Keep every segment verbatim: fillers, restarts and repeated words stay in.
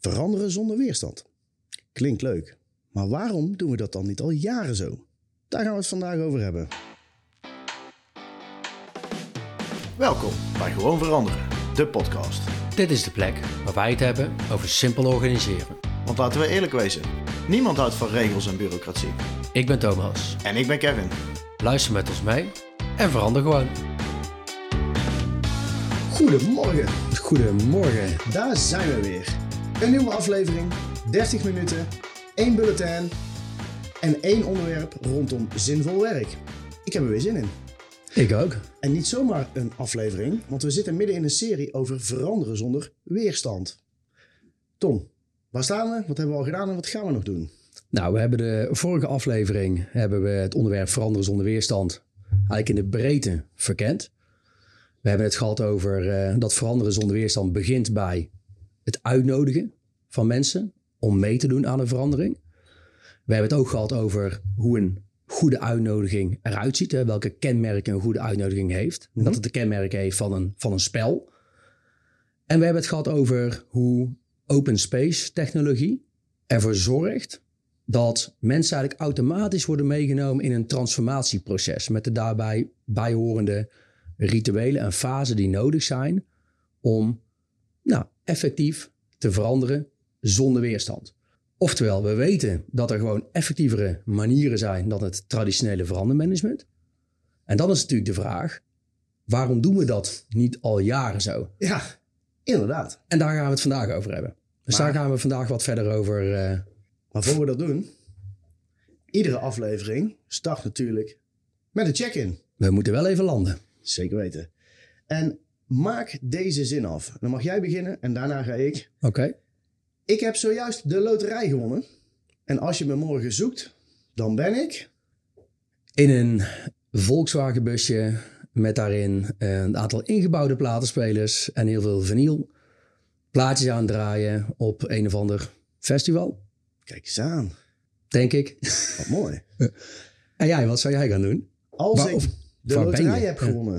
Veranderen zonder weerstand. Klinkt leuk. Maar waarom doen we dat dan niet al jaren zo? Daar gaan we het vandaag over hebben. Welkom bij Gewoon Veranderen, de podcast. Dit is de plek waar wij het hebben over simpel organiseren. Want laten we eerlijk wezen, niemand houdt van regels en bureaucratie. Ik ben Thomas. En ik ben Kevin. Luister met ons mee en verander gewoon. Goedemorgen. Goedemorgen. Daar zijn we weer. Een nieuwe aflevering, dertig minuten, één bulletin en één onderwerp rondom zinvol werk. Ik heb er weer zin in. Ik ook. En niet zomaar een aflevering, want we zitten midden in een serie over veranderen zonder weerstand. Tom, waar staan we? Wat hebben we al gedaan en wat gaan we nog doen? Nou, we hebben de vorige aflevering hebben we het onderwerp veranderen zonder weerstand eigenlijk in de breedte verkend. We hebben het gehad over uh, dat veranderen zonder weerstand begint bij het uitnodigen van mensen om mee te doen aan een verandering. We hebben het ook gehad over hoe een goede uitnodiging eruit ziet. Hè? Welke kenmerken een goede uitnodiging heeft. Mm-hmm. Dat het de kenmerken heeft van een, van een spel. En we hebben het gehad over hoe open space technologie ervoor zorgt dat mensen eigenlijk automatisch worden meegenomen in een transformatieproces. Met de daarbij bijhorende rituelen en fasen die nodig zijn om nou, effectief te veranderen zonder weerstand. Oftewel, we weten dat er gewoon effectievere manieren zijn dan het traditionele verandermanagement. En dan is natuurlijk de vraag, waarom doen we dat niet al jaren zo? Ja, inderdaad. En daar gaan we het vandaag over hebben. Dus maar, daar gaan we vandaag wat verder over. Uh... Maar voor we dat doen, iedere aflevering start natuurlijk met een check-in. We moeten wel even landen. Zeker weten. En maak deze zin af. Dan mag jij beginnen en daarna ga ik. Oké. Okay. Ik heb zojuist de loterij gewonnen. En als je me morgen zoekt, dan ben ik... in een Volkswagen busje met daarin een aantal ingebouwde platenspelers en heel veel vinyl. Plaatjes aan het draaien op een of ander festival. Kijk eens aan. Denk ik. Wat mooi. En jij, wat zou jij gaan doen? Als waar, ik of, de loterij heb gewonnen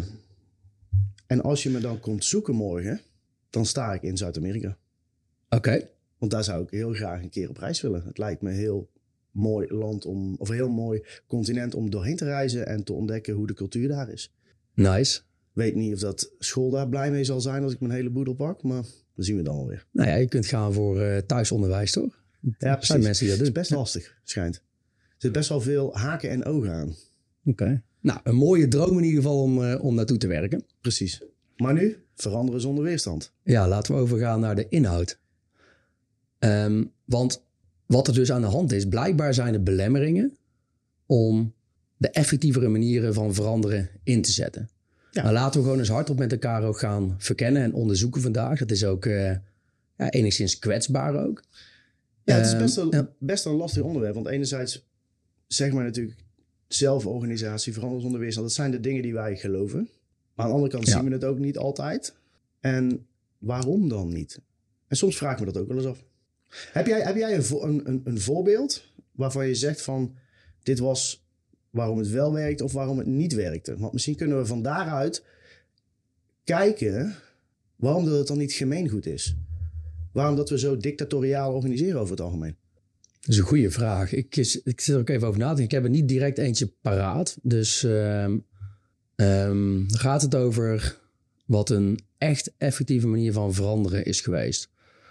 en als je me dan komt zoeken morgen, dan sta ik in Zuid-Amerika. Oké. Okay. Want daar zou ik heel graag een keer op reis willen. Het lijkt me een heel mooi land om, of een heel mooi continent om doorheen te reizen en te ontdekken hoe de cultuur daar is. Nice. Weet niet of dat school daar blij mee zal zijn als ik mijn hele boedel pak, maar dat zien we dan alweer. Nou ja, je kunt gaan voor uh, thuisonderwijs, toch? Ja, precies. Zijn mensen die dat doen. Het is best lastig, schijnt. Er zit best wel veel haken en ogen aan. Oké. Okay. Nou, een mooie droom in ieder geval om, uh, om naartoe te werken. Precies. Maar nu, veranderen zonder weerstand. Ja, laten we overgaan naar de inhoud. Um, want wat er dus aan de hand is, blijkbaar zijn er belemmeringen om de effectievere manieren van veranderen in te zetten. Ja. Maar laten we gewoon eens hardop met elkaar ook gaan verkennen en onderzoeken vandaag. Dat is ook uh, ja, enigszins kwetsbaar ook. Ja, het is best, een, best een lastig onderwerp. Want enerzijds zeg maar natuurlijk zelforganisatie, veranderen zonder weerstand. Dat zijn de dingen die wij geloven. Maar aan de andere kant ja. zien we het ook niet altijd. En waarom dan niet? En soms vraag ik me dat ook wel eens af. Heb jij, heb jij een, vo- een, een, een voorbeeld waarvan je zegt van dit was waarom het wel werkte of waarom het niet werkte? Want misschien kunnen we van daaruit kijken waarom dat het dan niet gemeengoed is. Waarom dat we zo dictatoriaal organiseren over het algemeen? Dat is een goede vraag. Ik, is, ik zit er ook even over na te denken. Ik heb er niet direct eentje paraat. Dus um, um, gaat het over wat een echt effectieve manier van veranderen is geweest.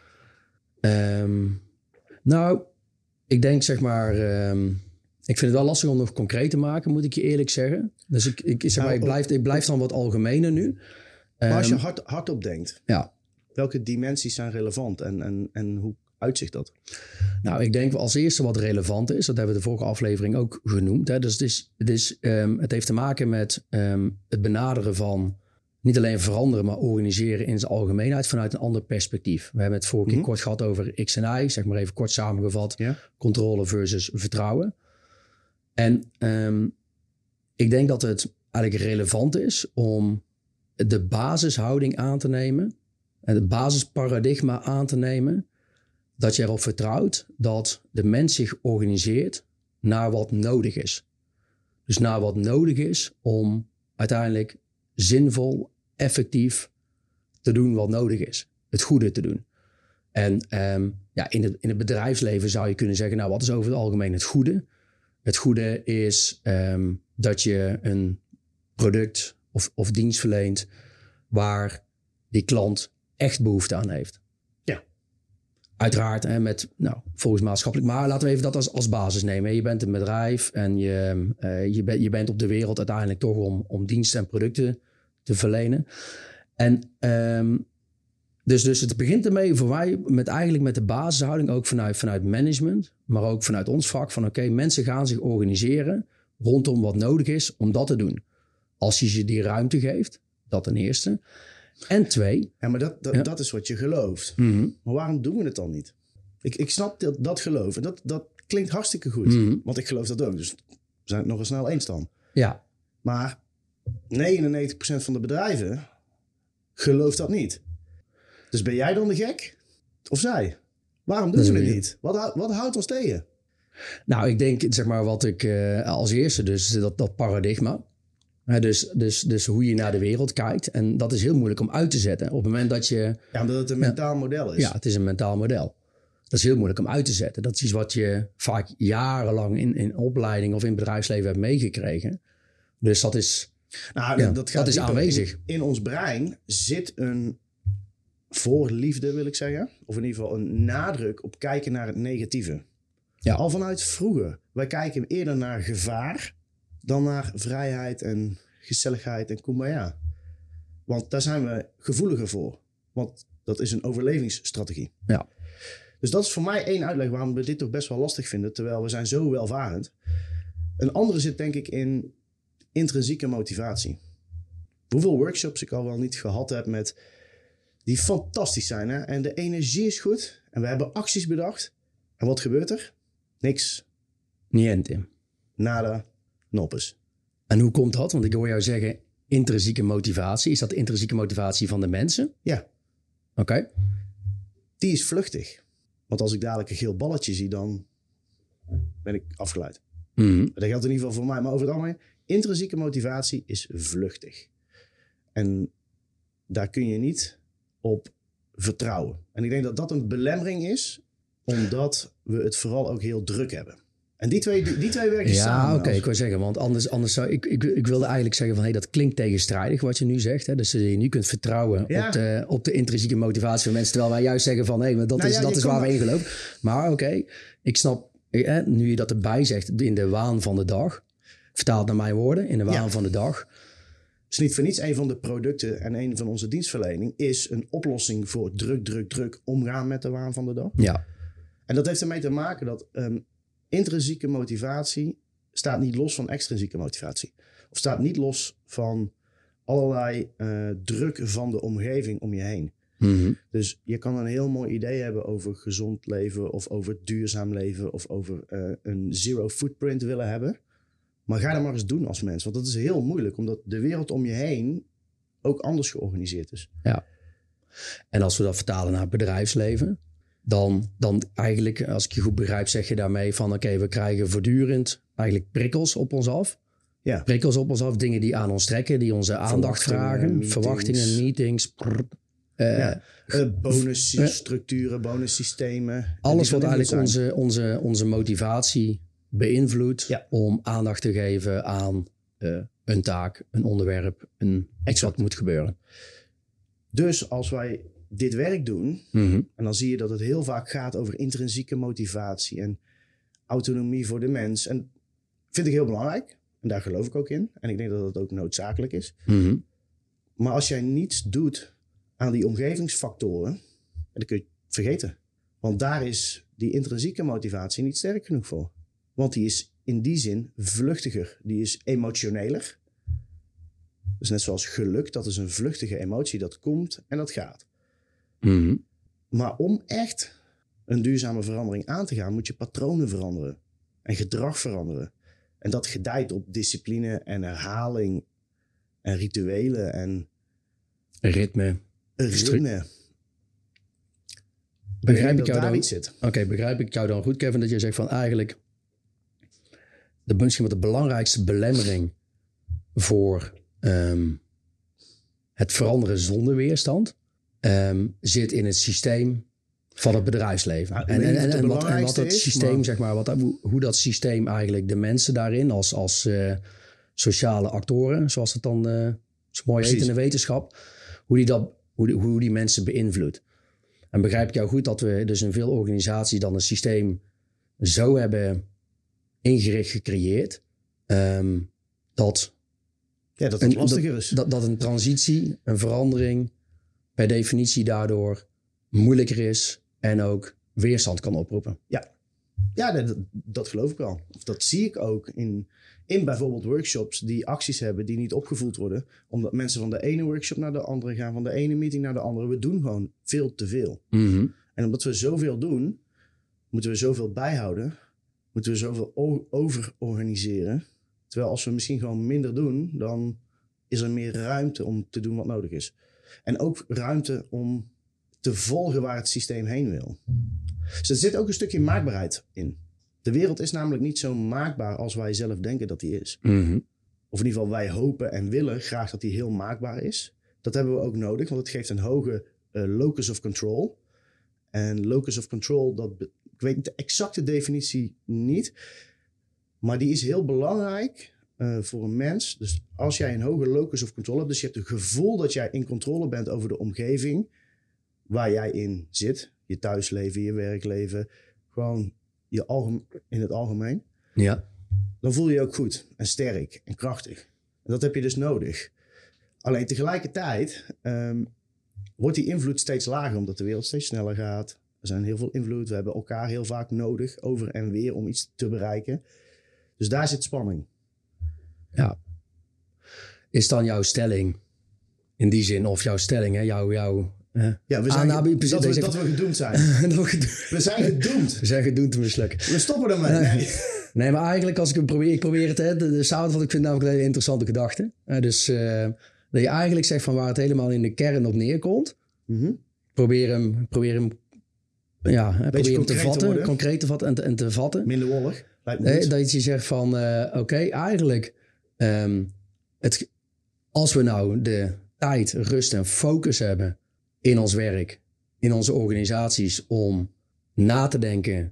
Um, nou, ik denk zeg maar... Um, ik vind het wel lastig om nog concreet te maken, moet ik je eerlijk zeggen. Dus ik, ik, zeg maar, ik, blijf, ik blijf dan wat algemener nu. Maar um, als je hard, hardop denkt, ja. welke dimensies zijn relevant en, en, en hoe uitzicht dat? Nou, ik denk als eerste wat relevant is, dat hebben we de vorige aflevering ook genoemd. Hè? Dus het, is, het, is, um, het heeft te maken met um, het benaderen van niet alleen veranderen, maar organiseren in zijn algemeenheid vanuit een ander perspectief. We hebben het vorige keer mm-hmm. kort gehad over X en Y, zeg maar even kort samengevat. Ja. Controle versus vertrouwen. En um, ik denk dat het eigenlijk relevant is om de basishouding aan te nemen en het basisparadigma aan te nemen dat je erop vertrouwt dat de mens zich organiseert naar wat nodig is. Dus naar wat nodig is om uiteindelijk zinvol, effectief te doen wat nodig is. Het goede te doen. En um, ja, in, het, in het bedrijfsleven zou je kunnen zeggen, nou, wat is over het algemeen het goede? Het goede is um, dat je een product of, of dienst verleent waar die klant echt behoefte aan heeft. Ja. Uiteraard, hè, met, nou, volgens maatschappelijk, maar laten we even dat als, als basis nemen. Je bent een bedrijf en je, uh, je, ben, je bent op de wereld uiteindelijk toch om, om diensten en producten te verlenen. En um, dus, dus het begint ermee voor wij met eigenlijk met de basishouding, ook vanuit, vanuit management, maar ook vanuit ons vak, van oké, okay, mensen gaan zich organiseren rondom wat nodig is om dat te doen. Als je ze die ruimte geeft, dat ten eerste. En twee... Ja, maar dat, dat, ja. dat is wat je gelooft. Mm-hmm. Maar waarom doen we het dan niet? Ik, ik snap dat, dat geloof. En dat, dat klinkt hartstikke goed. Mm-hmm. Want ik geloof dat ook. Dus we zijn het nog eens snel eens dan. Ja. Maar negenennegentig procent van de bedrijven gelooft dat niet. Dus ben jij dan de gek? Of zij? Waarom doen ze het niet? Wat, wat houdt ons tegen? Nou, ik denk, zeg maar, wat ik uh, als eerste dus, dat, dat paradigma. Uh, dus, dus, dus hoe je naar de wereld kijkt. En dat is heel moeilijk om uit te zetten. Op het moment dat je... Ja, omdat het een mentaal uh, model is. Ja, het is een mentaal model. Dat is heel moeilijk om uit te zetten. Dat is iets wat je vaak jarenlang in, in opleiding of in bedrijfsleven hebt meegekregen. Dus dat is, nou, ja, dat, gaat dat is aanwezig. In, in ons brein zit een voorliefde, wil ik zeggen. Of in ieder geval een nadruk op kijken naar het negatieve. Ja. Al vanuit vroeger. Wij kijken eerder naar gevaar dan naar vrijheid en gezelligheid en kumbaya. Want daar zijn we gevoeliger voor. Want dat is een overlevingsstrategie. Ja. Dus dat is voor mij één uitleg waarom we dit toch best wel lastig vinden. Terwijl we zijn zo welvarend. Een andere zit denk ik in intrinsieke motivatie. Hoeveel workshops ik al wel niet gehad heb met die fantastisch zijn. Hè? En de energie is goed. En we hebben acties bedacht. En wat gebeurt er? Niks. Niente. Nada. Noppes. En hoe komt dat? Want ik hoor jou zeggen intrinsieke motivatie. Is dat de intrinsieke motivatie van de mensen? Ja. Oké. Okay. Die is vluchtig. Want als ik dadelijk een geel balletje zie, dan ben ik afgeleid. Mm-hmm. Dat geldt in ieder geval voor mij. Maar over het algemeen, intrinsieke motivatie is vluchtig. En daar kun je niet op vertrouwen. En ik denk dat dat een belemmering is, omdat we het vooral ook heel druk hebben. En die twee, die, die twee werken ja, samen. Ja, oké, okay, ik wil zeggen, want anders, anders zou ik, ik... Ik wilde eigenlijk zeggen van, hé, hey, dat klinkt tegenstrijdig wat je nu zegt. Hè? Dus je nu kunt vertrouwen ja. op, de, op de intrinsieke motivatie van mensen. Terwijl wij juist zeggen van, hé, hey, dat nou is, ja, dat is waar maar... we in geloven. Maar oké, okay, ik snap, eh, nu je dat erbij zegt, in de waan van de dag. Vertaald naar mijn woorden, in de waan ja. van de dag. Het is niet voor niets een van de producten en een van onze dienstverlening is een oplossing voor druk, druk, druk omgaan met de waan van de dag. Ja. En dat heeft ermee te maken dat um, intrinsieke motivatie staat niet los van extrinsieke motivatie. Of staat niet los van allerlei uh, druk van de omgeving om je heen. Mm-hmm. Dus je kan een heel mooi idee hebben over gezond leven of over duurzaam leven of over uh, een zero footprint willen hebben. Maar ga dat maar eens doen als mens. Want dat is heel moeilijk, omdat de wereld om je heen ook anders georganiseerd is. Ja. En als we dat vertalen naar het bedrijfsleven, dan, dan eigenlijk, als ik je goed begrijp, zeg je daarmee van oké, okay, we krijgen voortdurend eigenlijk prikkels op ons af. Ja. Prikkels op ons af, dingen die aan ons trekken, die onze aandacht vragen. Meetings. Verwachtingen, meetings. Prr, uh, ja. uh, bonusstructuren, uh, bonussystemen. Alles wat eigenlijk onze, onze, onze motivatie beïnvloedt ja. om aandacht te geven aan uh, een taak, een onderwerp, een, iets wat moet gebeuren. Dus als wij dit werk doen, mm-hmm. en dan zie je dat het heel vaak gaat over intrinsieke motivatie en autonomie voor de mens. En vind ik heel belangrijk. En daar geloof ik ook in. En ik denk dat dat ook noodzakelijk is. Mm-hmm. Maar als jij niets doet aan die omgevingsfactoren, dan kun je het vergeten. Want daar is die intrinsieke motivatie niet sterk genoeg voor. Want die is in die zin vluchtiger. Die is emotioneler. Dus net zoals geluk, dat is een vluchtige emotie. Dat komt en dat gaat. Mm-hmm. Maar om echt een duurzame verandering aan te gaan, moet je patronen veranderen. En gedrag veranderen. En dat gedijt op discipline en herhaling. En rituelen en... Ritme. Ritme. Begrijp ik jou dan? Oké, okay, begrijp ik jou dan goed, Kevin, dat je zegt van eigenlijk de, misschien wat de belangrijkste belemmering voor um, het veranderen zonder weerstand um, zit in het systeem van het bedrijfsleven. Nou, en, en, en, en, wat, en wat dat is, systeem, maar... zeg maar, wat, hoe, hoe dat systeem eigenlijk de mensen daarin als, als uh, sociale actoren, zoals het dan uh, zo mooi Precies. heet in de wetenschap, hoe die, dat, hoe, die, hoe die mensen beïnvloedt. En begrijp ik jou goed dat we dus in veel organisaties dan een systeem zo hebben ingericht, gecreëerd, um, dat, ja, dat het een, lastiger dat, is. Dat, dat een transitie, een verandering, per definitie daardoor moeilijker is en ook weerstand kan oproepen. Ja, ja dat, dat geloof ik wel. Of dat zie ik ook in, in bijvoorbeeld workshops die acties hebben die niet opgevoeld worden. Omdat mensen van de ene workshop naar de andere gaan, van de ene meeting naar de andere. We doen gewoon veel te veel. Mm-hmm. En omdat we zoveel doen, moeten we zoveel bijhouden. Moeten we zoveel o- overorganiseren. Terwijl als we misschien gewoon minder doen, dan is er meer ruimte om te doen wat nodig is. En ook ruimte om te volgen waar het systeem heen wil. Dus er zit ook een stukje maakbaarheid in. De wereld is namelijk niet zo maakbaar als wij zelf denken dat die is. Mm-hmm. Of in ieder geval wij hopen en willen graag dat die heel maakbaar is. Dat hebben we ook nodig, want het geeft een hoge uh, locus of control. En locus of control, dat be- ik weet de exacte definitie niet. Maar die is heel belangrijk uh, voor een mens. Dus als jij een hoge locus of control hebt, dus je hebt het gevoel dat jij in controle bent over de omgeving waar jij in zit. Je thuisleven, je werkleven, gewoon je algemeen, in het algemeen. Ja. Dan voel je je ook goed en sterk en krachtig. En dat heb je dus nodig. Alleen tegelijkertijd um, wordt die invloed steeds lager, omdat de wereld steeds sneller gaat. Er zijn heel veel invloed. We hebben elkaar heel vaak nodig, over en weer, om iets te bereiken. Dus daar zit spanning. Ja. Is dan jouw stelling, in die zin, of jouw stelling, hè, jouw... jouw uh, ja, we zijn aannabe, ge- dat, we, dat we gedoemd zijn. We zijn gedoemd. We zijn gedoemd te mislukken. We stoppen ermee. Nee. Nee, maar eigenlijk als ik het probeer, ik probeer het, hè, de, de samenvatting, ik vind het namelijk een hele interessante gedachte. Uh, dus uh, dat je eigenlijk zegt van waar het helemaal in de kern op neerkomt. Mm-hmm. Probeer hem, probeer hem, ja, hè, probeer hem te vatten, te concreet te vatten en te, en te vatten. Minder wollig. Nee, dat je zegt van, uh, oké, okay, eigenlijk, um, het, als we nou de tijd, rust en focus hebben in ons werk, in onze organisaties om na te denken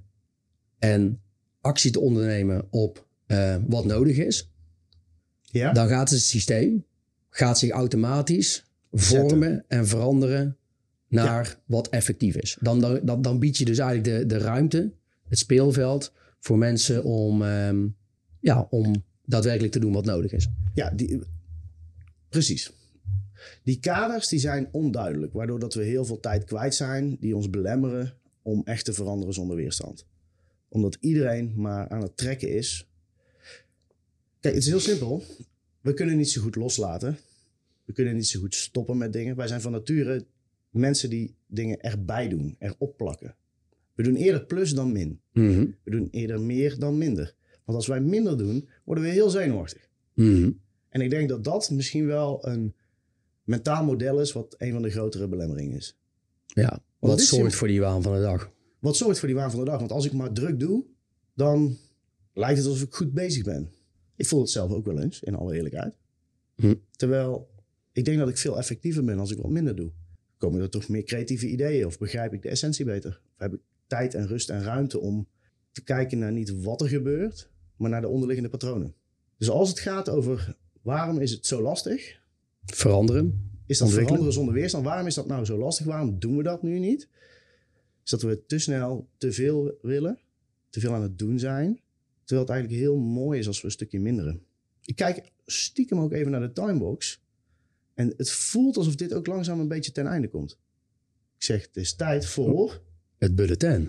en actie te ondernemen op uh, wat nodig is, ja. dan gaat het systeem gaat zich automatisch vormen Zetten. en veranderen naar ja. wat effectief is. Dan, dan, dan bied je dus eigenlijk de, de ruimte, het speelveld voor mensen om, um, ja, om daadwerkelijk te doen wat nodig is. Ja, die, precies. Die kaders die zijn onduidelijk, waardoor dat we heel veel tijd kwijt zijn die ons belemmeren om echt te veranderen zonder weerstand. Omdat iedereen maar aan het trekken is. Kijk, het is heel simpel. We kunnen niet zo goed loslaten. We kunnen niet zo goed stoppen met dingen. Wij zijn van nature mensen die dingen erbij doen, erop plakken. We doen eerder plus dan min. Mm-hmm. We doen eerder meer dan minder. Want als wij minder doen, worden we heel zenuwachtig. Mm-hmm. En ik denk dat dat misschien wel een mentaal model is wat een van de grotere belemmeringen is. Ja, wat zorgt voor die waan van de dag. Wat zorgt voor die waan van de dag? Want als ik maar druk doe, dan lijkt het alsof ik goed bezig ben. Ik voel het zelf ook wel eens, in alle eerlijkheid. Hm. Terwijl ik denk dat ik veel effectiever ben als ik wat minder doe. Komen er toch meer creatieve ideeën? Of begrijp ik de essentie beter? Of heb ik tijd en rust en ruimte om te kijken naar niet wat er gebeurt, maar naar de onderliggende patronen. Dus als het gaat over waarom is het zo lastig? Veranderen. Is dat veranderen zonder weerstand? Waarom is dat nou zo lastig? Waarom doen we dat nu niet? Is dat we te snel te veel willen, te veel aan het doen zijn, terwijl het eigenlijk heel mooi is als we een stukje minderen. Ik kijk stiekem ook even naar de timebox en het voelt alsof dit ook langzaam een beetje ten einde komt. Ik zeg, het is tijd voor het bulletin.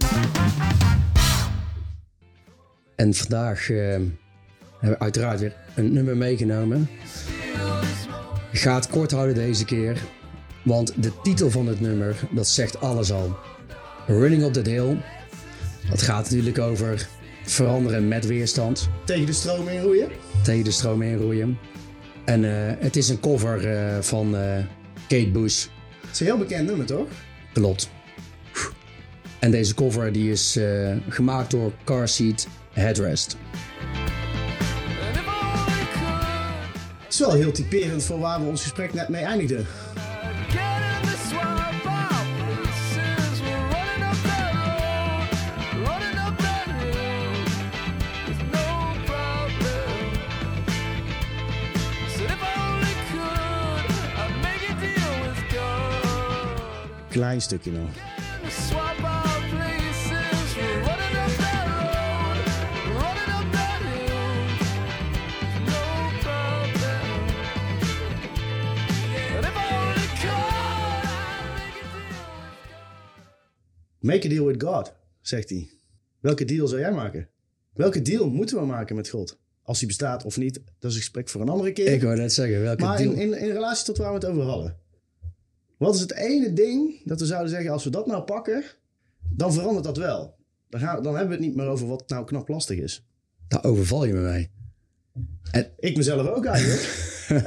En vandaag uh, hebben we uiteraard weer een nummer meegenomen. Ik ga het kort houden deze keer, want de titel van het nummer, dat zegt alles al. Running Up That Hill. Dat gaat natuurlijk over veranderen met weerstand. Tegen de stroom inroeien. Tegen de stroom inroeien. En uh, het is een cover uh, van uh, Kate Bush. Het is een heel bekend nummer, toch? Klopt. En deze cover die is uh, gemaakt door Car Seat Headrest. Het is wel heel typerend voor waar we ons gesprek net mee eindigden. klein stukje nou. Make a deal with God, zegt hij. Welke deal zou jij maken? Welke deal moeten we maken met God? Als die bestaat of niet, dat is een gesprek voor een andere keer. Ik wou net zeggen, welke maar deal... in, in, in relatie tot waar we het over hadden. Wat is het ene ding dat we zouden zeggen, als we dat nou pakken, dan verandert dat wel. Dan, gaan, dan hebben we het niet meer over wat nou knap lastig is. Daar overval je me mee. En... Ik mezelf ook eigenlijk.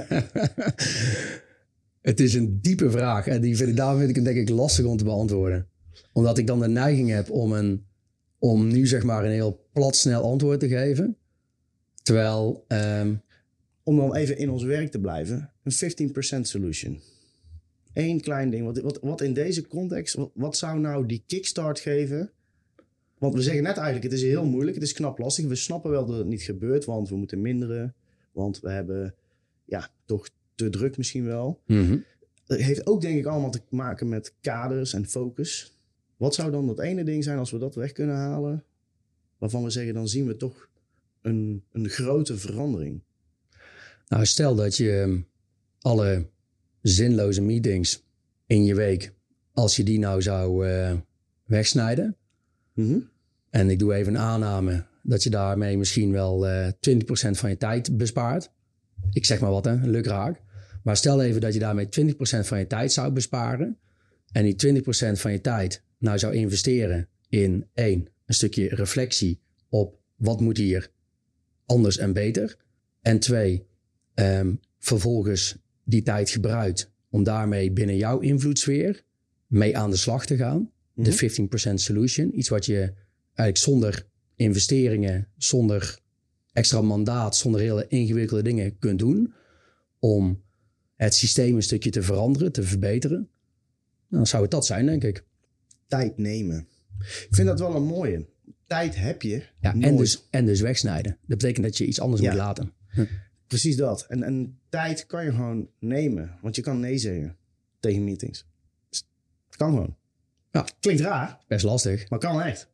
Het is een diepe vraag. En die vind ik, daarom vind ik hem denk ik lastig om te beantwoorden. Omdat ik dan de neiging heb om, een, om nu zeg maar een heel plat snel antwoord te geven. Terwijl... Um... Om dan even in ons werk te blijven. Een vijftien procent solution. Eén klein ding. Wat, wat, wat in deze context... Wat, wat zou nou die kickstart geven? Want we zeggen net eigenlijk... Het is heel moeilijk. Het is knap lastig. We snappen wel dat het niet gebeurt. Want we moeten minderen. Want we hebben... Ja, toch te druk misschien wel. Mm-hmm. Het heeft ook denk ik allemaal te maken met kaders en focus. Wat zou dan dat ene ding zijn als we dat weg kunnen halen? Waarvan we zeggen, dan zien we toch een, een grote verandering. Nou, stel dat je alle zinloze meetings in je week, als je die nou zou uh, wegsnijden. Mm-hmm. En ik doe even een aanname dat je daarmee misschien wel uh, twintig procent van je tijd bespaart. Ik zeg maar wat, hè, lukraak. Maar stel even dat je daarmee twintig procent van je tijd zou besparen. En die twintig procent van je tijd nou zou investeren in één, een stukje reflectie op wat moet hier anders en beter. En twee, um, vervolgens die tijd gebruikt om daarmee binnen jouw invloedssfeer mee aan de slag te gaan. Mm-hmm. De vijftien procent solution. Iets wat je eigenlijk zonder investeringen, zonder extra mandaat, zonder hele ingewikkelde dingen kunt doen. Om het systeem een stukje te veranderen, te verbeteren. Dan zou het dat zijn, denk ik. Tijd nemen. Ik vind dat wel een mooie. Tijd heb je. Ja, en dus, en dus wegsnijden. Dat betekent dat je iets anders ja. moet laten. Hm. Precies dat. En, en tijd kan je gewoon nemen. Want je kan nee zeggen tegen meetings. Het kan gewoon. Ja. Klinkt raar. Best lastig. Maar kan echt.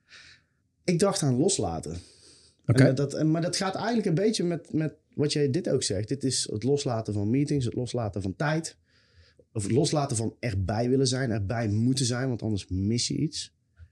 Ik dacht aan loslaten. Okay. En dat, maar dat gaat eigenlijk een beetje met, met wat jij dit ook zegt. Dit is het loslaten van meetings, het loslaten van tijd. Of het loslaten van erbij willen zijn, erbij moeten zijn, want anders mis je iets.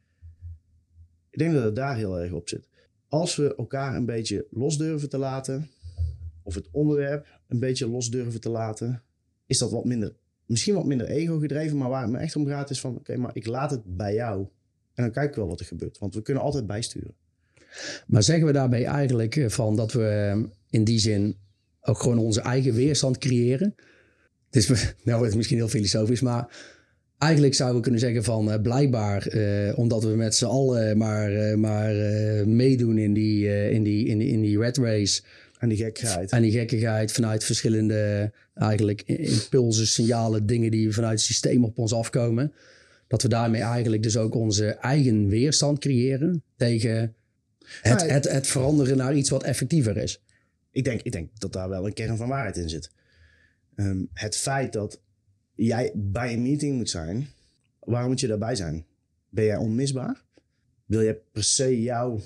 Ik denk dat het daar heel erg op zit. Als we elkaar een beetje los durven te laten, of het onderwerp een beetje los durven te laten, is dat wat minder, misschien wat minder ego gedreven, maar waar het me echt om gaat is van, oké, okay, maar ik laat het bij jou. En dan kijk ik wel wat er gebeurt, want we kunnen altijd bijsturen. Maar zeggen we daarbij eigenlijk van dat we in die zin ook gewoon onze eigen weerstand creëren? Het is, nou, het is misschien heel filosofisch, maar eigenlijk zouden we kunnen zeggen van uh, blijkbaar, uh, omdat we met z'n allen maar, uh, maar uh, meedoen in die, uh, in, die, in, die, in die red race. En die gekkigheid. En die gekkigheid vanuit verschillende eigenlijk impulsen, signalen, dingen die vanuit het systeem op ons afkomen. Dat we daarmee eigenlijk dus ook onze eigen weerstand creëren tegen het, ja, het, het veranderen naar iets wat effectiever is. Ik denk, ik denk dat daar wel een kern van waarheid in zit. Um, het feit dat jij bij een meeting moet zijn, waarom moet je daarbij zijn? Ben jij onmisbaar? Wil je per se jouw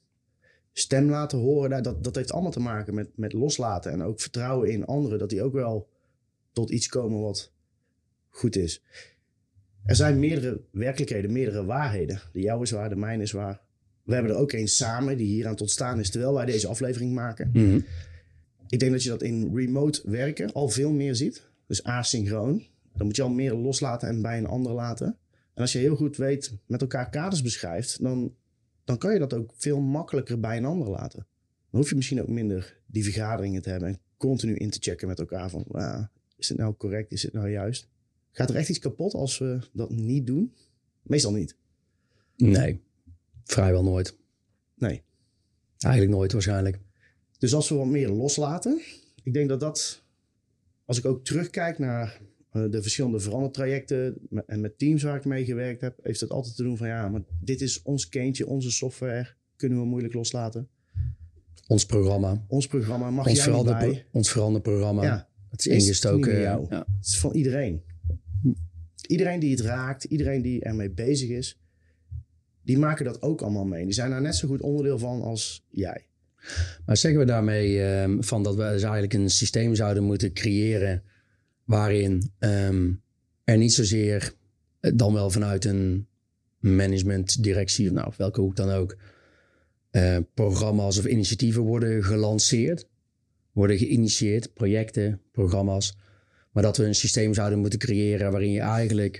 stem laten horen? Dat, dat heeft allemaal te maken met, met loslaten en ook vertrouwen in anderen, dat die ook wel tot iets komen wat goed is. Er zijn meerdere werkelijkheden, meerdere waarheden. De jouwe is waar, de mijne is waar. We hebben er ook één samen die hier aan tot staan is terwijl wij deze aflevering maken. Mm-hmm. Ik denk dat je dat in remote werken al veel meer ziet. Dus asynchroon. Dan moet je al meer loslaten en bij een ander laten. En als je heel goed weet, met elkaar kaders beschrijft, dan, dan kan je dat ook veel makkelijker bij een ander laten. Dan hoef je misschien ook minder die vergaderingen te hebben en continu in te checken met elkaar van, ah, is het nou correct, is het nou juist? Gaat er echt iets kapot als we dat niet doen? Meestal niet. Nee, vrijwel nooit. Nee. Eigenlijk nooit waarschijnlijk. Dus als we wat meer loslaten, ik denk dat dat, als ik ook terugkijk naar uh, de verschillende verandertrajecten en met teams waar ik mee gewerkt heb, heeft het altijd te doen van ja, maar dit is ons kindje, onze software, kunnen we moeilijk loslaten. Ons programma. Ons programma, mag ons jij niet bij. Ons veranderprogramma. Ja. Het is ingestoken. Het, ja. Het is van iedereen. Iedereen die het raakt, iedereen die ermee bezig is, die maken dat ook allemaal mee. Die zijn daar net zo goed onderdeel van als jij. Maar zeggen we daarmee um, van dat we dus eigenlijk een systeem zouden moeten creëren waarin um, er niet zozeer dan wel vanuit een management, directie, nou, of welke hoek dan ook, uh, programma's of initiatieven worden gelanceerd, worden geïnitieerd, projecten, programma's, maar dat we een systeem zouden moeten creëren waarin je eigenlijk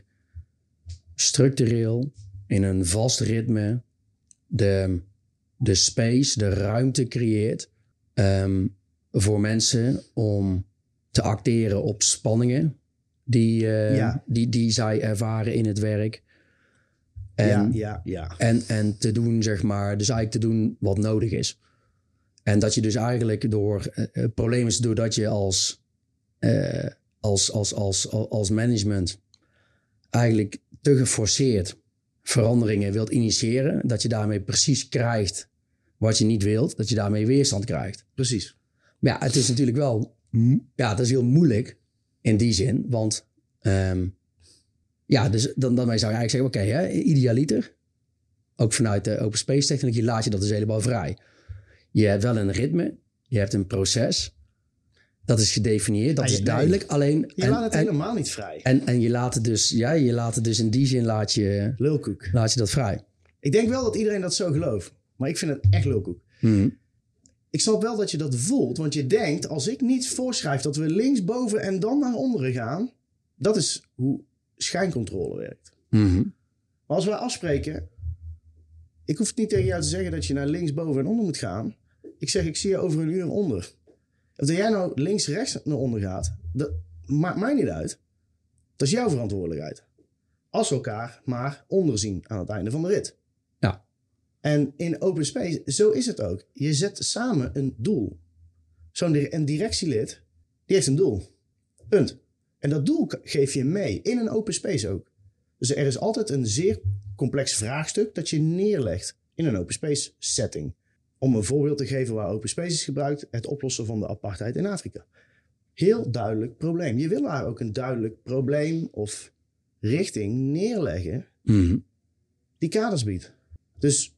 structureel in een vast ritme de, de space, de ruimte creëert um, voor mensen om te acteren op spanningen die, uh, ja. die, die zij ervaren in het werk. En, ja, ja, ja. En, en te doen, zeg maar, dus eigenlijk te doen wat nodig is. En dat je dus eigenlijk door, uh, het probleem is doordat je als, uh, als, als, als, als management eigenlijk te geforceerd veranderingen wilt initiëren, dat je daarmee precies krijgt wat je niet wilt, dat je daarmee weerstand krijgt. Precies. Maar ja, het is natuurlijk wel, ja, dat is heel moeilijk in die zin, want um, ja, dus dan, dan zou je eigenlijk zeggen, oké, okay, idealiter, ook vanuit de open space technologie laat je dat dus helemaal vrij. Je hebt wel een ritme, je hebt een proces, dat is gedefinieerd, dat ja, is nee, duidelijk. Alleen, je en, laat het en, helemaal niet vrij. En, en je laat het dus, ja, je laat het dus in die zin laat je, lulkoek. Laat je dat vrij. Ik denk wel dat iedereen dat zo gelooft, maar ik vind het echt lulkoek. Mm-hmm. Ik snap wel dat je dat voelt, want je denkt, als ik niet voorschrijf dat we linksboven en dan naar onderen gaan, dat is hoe schijncontrole werkt. Mm-hmm. Maar als wij afspreken, ik hoef het niet tegen jou te zeggen dat je naar linksboven en onder moet gaan. Ik zeg, ik zie je over een uur onder. Of dat jij nou links, rechts naar onder gaat, dat maakt mij niet uit. Dat is jouw verantwoordelijkheid. Als we elkaar maar onderzien aan het einde van de rit. Ja. En in open space, zo is het ook. Je zet samen een doel. Zo'n een directielid, die heeft een doel. Punt. En dat doel geef je mee, in een open space ook. Dus er is altijd een zeer complex vraagstuk dat je neerlegt in een open space setting. Om een voorbeeld te geven waar open space is gebruikt, het oplossen van de apartheid in Afrika. Heel duidelijk probleem. Je wil daar ook een duidelijk probleem of richting neerleggen mm-hmm. die kaders biedt. Dus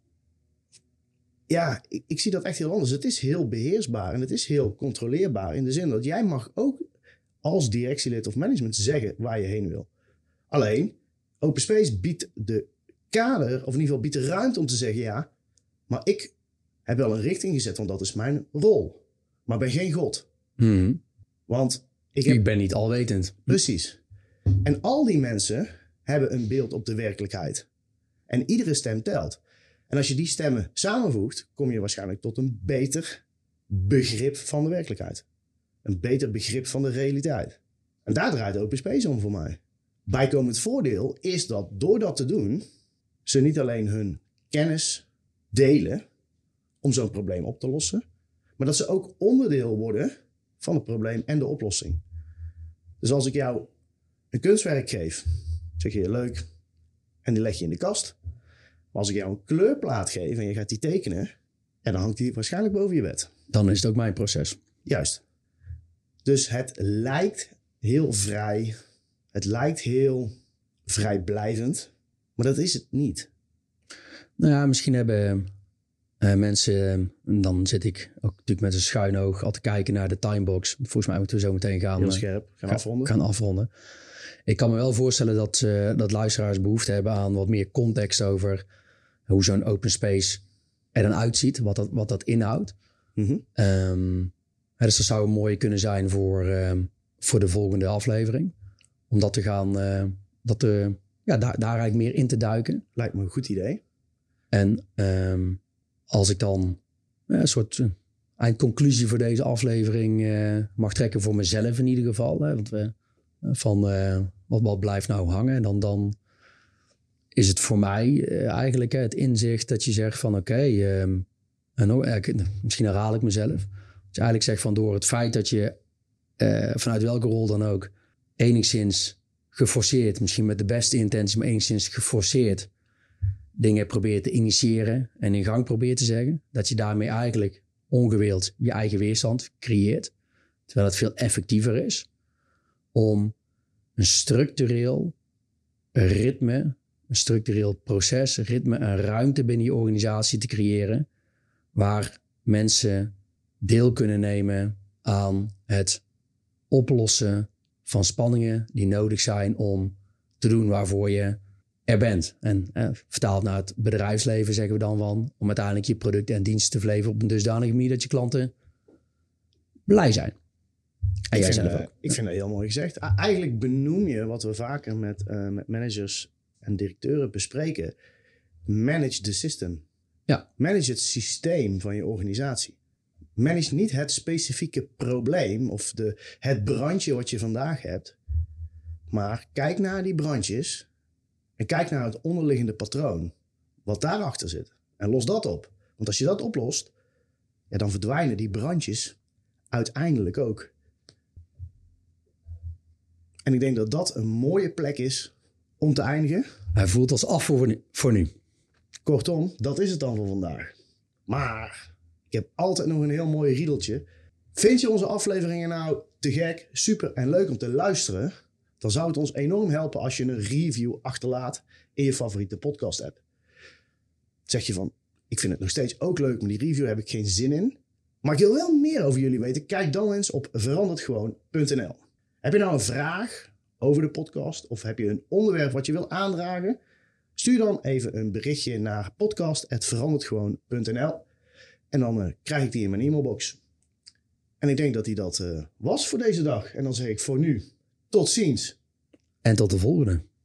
ja, ik, ik zie dat echt heel anders. Het is heel beheersbaar en het is heel controleerbaar in de zin dat jij mag ook als directielid of management zeggen waar je heen wil. Alleen, open space biedt de kader, of in ieder geval biedt de ruimte om te zeggen ja, maar ik heb wel een richting gezet, want dat is mijn rol. Maar ben geen God. Mm-hmm. Want ik, heb... ik ben niet alwetend. Precies. En al die mensen hebben een beeld op de werkelijkheid. En iedere stem telt. En als je die stemmen samenvoegt, kom je waarschijnlijk tot een beter begrip van de werkelijkheid. Een beter begrip van de realiteit. En daar draait open space om voor mij. Bijkomend voordeel is dat door dat te doen, ze niet alleen hun kennis delen om zo'n probleem op te lossen, maar dat ze ook onderdeel worden van het probleem en de oplossing. Dus als ik jou een kunstwerk geef, zeg je leuk en die leg je in de kast. Maar als ik jou een kleurplaat geef en je gaat die tekenen, en dan hangt die waarschijnlijk boven je bed. Dan is het ook mijn proces. Juist. Dus het lijkt heel vrij, het lijkt heel vrijblijvend, maar dat is het niet. Nou ja, misschien hebben uh, mensen, en dan zit ik ook natuurlijk met een schuin oog al te kijken naar de timebox. Volgens mij moeten we zo meteen gaan, heel scherp, gaan, gaan afronden. gaan afronden. Ik kan me wel voorstellen dat, uh, dat luisteraars behoefte hebben aan wat meer context over hoe zo'n open space er dan uitziet, wat dat, wat dat inhoudt. Mm-hmm. Um, dus dat zou mooi kunnen zijn voor, uh, voor de volgende aflevering. Om dat te gaan, uh, dat te, ja, daar, daar eigenlijk meer in te duiken. Lijkt me een goed idee. En um, als ik dan uh, een soort uh, eindconclusie voor deze aflevering uh, mag trekken voor mezelf in ieder geval. Hè, want we, uh, van uh, wat, wat blijft nou hangen, dan, dan is het voor mij uh, eigenlijk uh, het inzicht dat je zegt van oké, okay, um, en uh, misschien herhaal ik mezelf. Dat je eigenlijk zegt van door het feit dat je uh, vanuit welke rol dan ook enigszins geforceerd, misschien met de beste intenties, maar enigszins geforceerd dingen probeert te initiëren en in gang probeert te zeggen. Dat je daarmee eigenlijk ongewild je eigen weerstand creëert. Terwijl het veel effectiever is om een structureel ritme, een structureel proces, ritme en ruimte binnen je organisatie te creëren. Waar mensen deel kunnen nemen aan het oplossen van spanningen die nodig zijn om te doen waarvoor je er bent. En eh, vertaald naar het bedrijfsleven zeggen we dan van, om uiteindelijk je producten en diensten te verleveren op een dusdanige manier dat je klanten blij zijn. En ik, jij vind, zelf uh, ook. ik vind dat heel mooi gezegd. Uh, eigenlijk benoem je wat we vaker met, uh, met managers en directeuren bespreken. Manage the system. Ja. Manage het systeem van je organisatie. Manage niet het specifieke probleem of de, het brandje wat je vandaag hebt. Maar kijk naar die brandjes en kijk naar het onderliggende patroon. Wat daarachter zit. En los dat op. Want als je dat oplost, ja, dan verdwijnen die brandjes uiteindelijk ook. En ik denk dat dat een mooie plek is om te eindigen. Hij voelt als af voor nu. Voor nu. Kortom, dat is het dan voor vandaag. Maar ik heb altijd nog een heel mooi riedeltje. Vind je onze afleveringen nou te gek, super en leuk om te luisteren? Dan zou het ons enorm helpen als je een review achterlaat in je favoriete podcast app. Zeg je van, ik vind het nog steeds ook leuk, maar die review heb ik geen zin in. Maar ik wil wel meer over jullie weten. Kijk dan eens op veranderdgewoon punt n l. Heb je nou een vraag over de podcast of heb je een onderwerp wat je wil aandragen? Stuur dan even een berichtje naar podcast punt veranderdgewoon punt n l en dan uh, krijg ik die in mijn e-mailbox. En ik denk dat die dat uh, was voor deze dag. En dan zeg ik voor nu tot ziens. En tot de volgende.